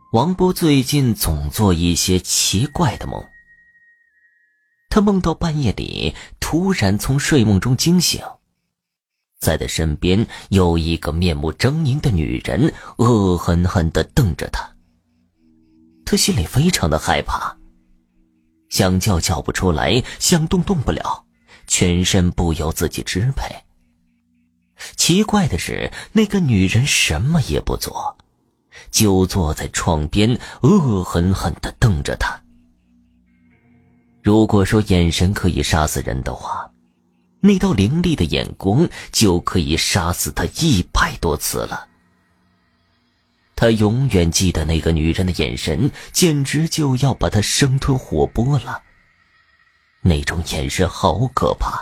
王波最近总做一些奇怪的梦。他梦到半夜里突然从睡梦中惊醒，在他身边有一个面目狰狞的女人恶狠狠地瞪着他。他心里非常的害怕，想叫叫不出来，想动动不了，全身不由自己支配。奇怪的是，那个女人什么也不做，就坐在窗边恶狠狠地瞪着他。如果说眼神可以杀死人的话，那道凌厉的眼光就可以杀死他100多次了。他永远记得那个女人的眼神，简直就要把他生吞活剥了。那种眼神好可怕。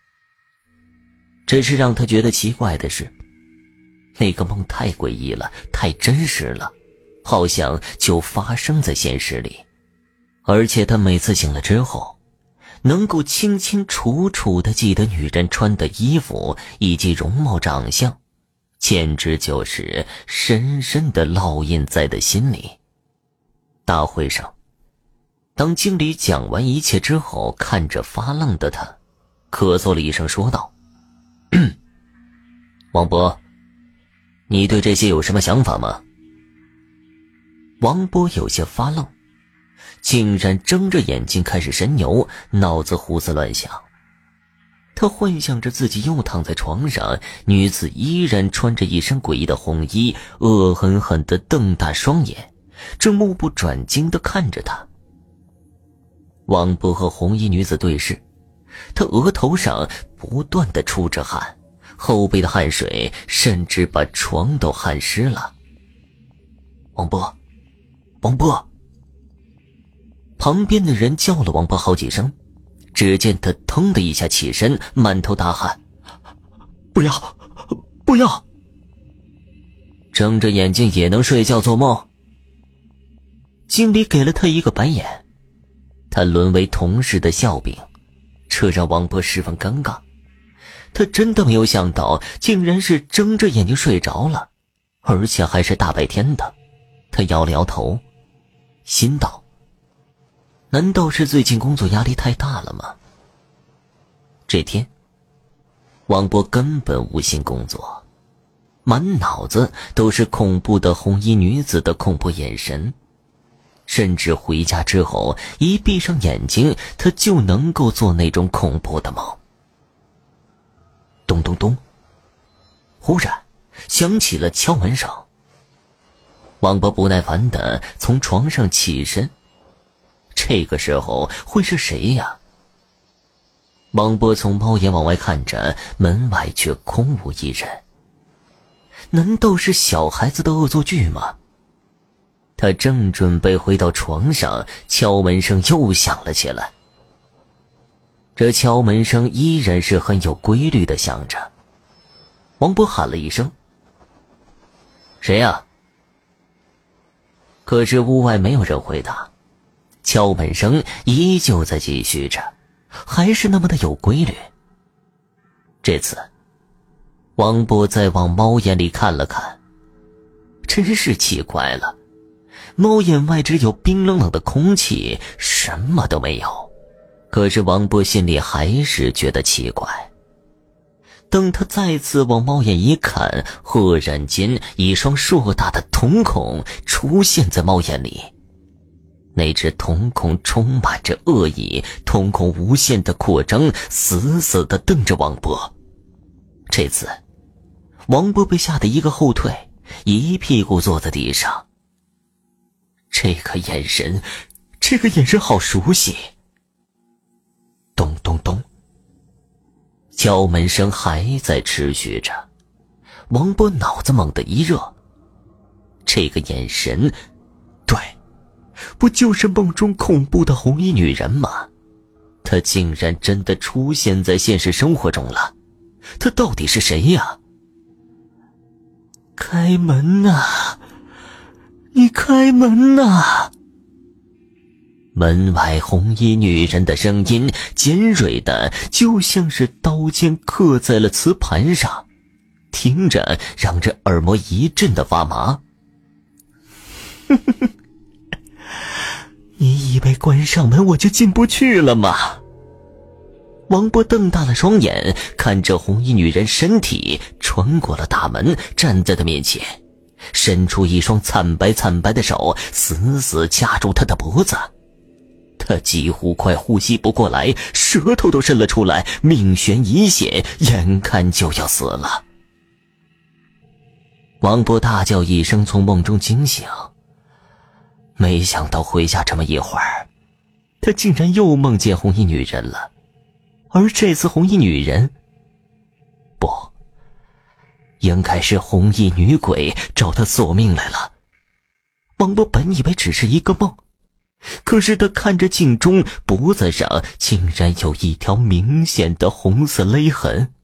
只是让他觉得奇怪的是，那个梦太诡异了，太真实了，好像就发生在现实里。而且他每次醒了之后，能够清清楚楚地记得女人穿的衣服以及容貌长相，简直就是深深地烙印在他心里。大会上，当经理讲完一切之后，看着发愣的他，咳嗽了一声说道：王波，你对这些有什么想法吗？王波有些发愣，竟然睁着眼睛开始神游，脑子胡思乱想。他幻想着自己又躺在床上，女子依然穿着一身诡异的红衣，恶狠狠地瞪大双眼，正目不转睛地看着他。王波和红衣女子对视，他额头上不断地出着汗，后背的汗水甚至把床都汗湿了。王波，王波！旁边的人叫了王波好几声，只见他腾的一下起身，满头大汗：不要，不要！睁着眼睛也能睡觉做梦？经理给了他一个白眼，他沦为同事的笑柄，这让王波十分尴尬。他真的没有想到，竟然是睁着眼睛睡着了，而且还是大白天的。他摇了摇头，心道：难道是最近工作压力太大了吗？这天，王波根本无心工作，满脑子都是恐怖的红衣女子的恐怖眼神，甚至回家之后一闭上眼睛，他就能够做那种恐怖的梦。咚咚咚，忽然响起了敲门声。王波不耐烦地从床上起身，这个时候会是谁呀？王波从猫眼往外看着，门外却空无一人。难道是小孩子的恶作剧吗？他正准备回到床上，敲门声又响了起来。这敲门声依然是很有规律地响着。王波喊了一声：谁呀？可是屋外没有人回答，敲门声依旧在继续着，还是那么的有规律。这次王波再往猫眼里看了看，真是奇怪了，猫眼外只有冰冷冷的空气，什么都没有。可是王波心里还是觉得奇怪。等他再次往猫眼一看，忽然间一双硕大的瞳孔出现在猫眼里。那只瞳孔充满着恶意，瞳孔无限的扩张，死死地瞪着王波。这次王波被吓得一个后退，一屁股坐在地上。这个眼神好熟悉。咚咚咚，敲门声还在持续着。王波脑子猛地一热，这个眼神，对，不就是梦中恐怖的红衣女人吗？她竟然真的出现在现实生活中了。她到底是谁呀？开门啊，你开门啊！门外红衣女人的声音尖锐的，就像是刀尖刻在了瓷盘上，听着让人耳膜一阵的发麻。 关上门我就进不去了吗？王波瞪大了双眼，看着红衣女人身体穿过了大门，站在他面前，伸出一双惨白的手，死死掐住他的脖子。他几乎快呼吸不过来，舌头都伸了出来，命悬一线，眼看就要死了。王波大叫一声，从梦中惊醒。没想到回家这么一会儿，他竟然又梦见红衣女人了。而这次红衣女人，不，应该是红衣女鬼找他索命来了。王波本以为只是一个梦，可是他看着镜中脖子上竟然有一条明显的红色勒痕。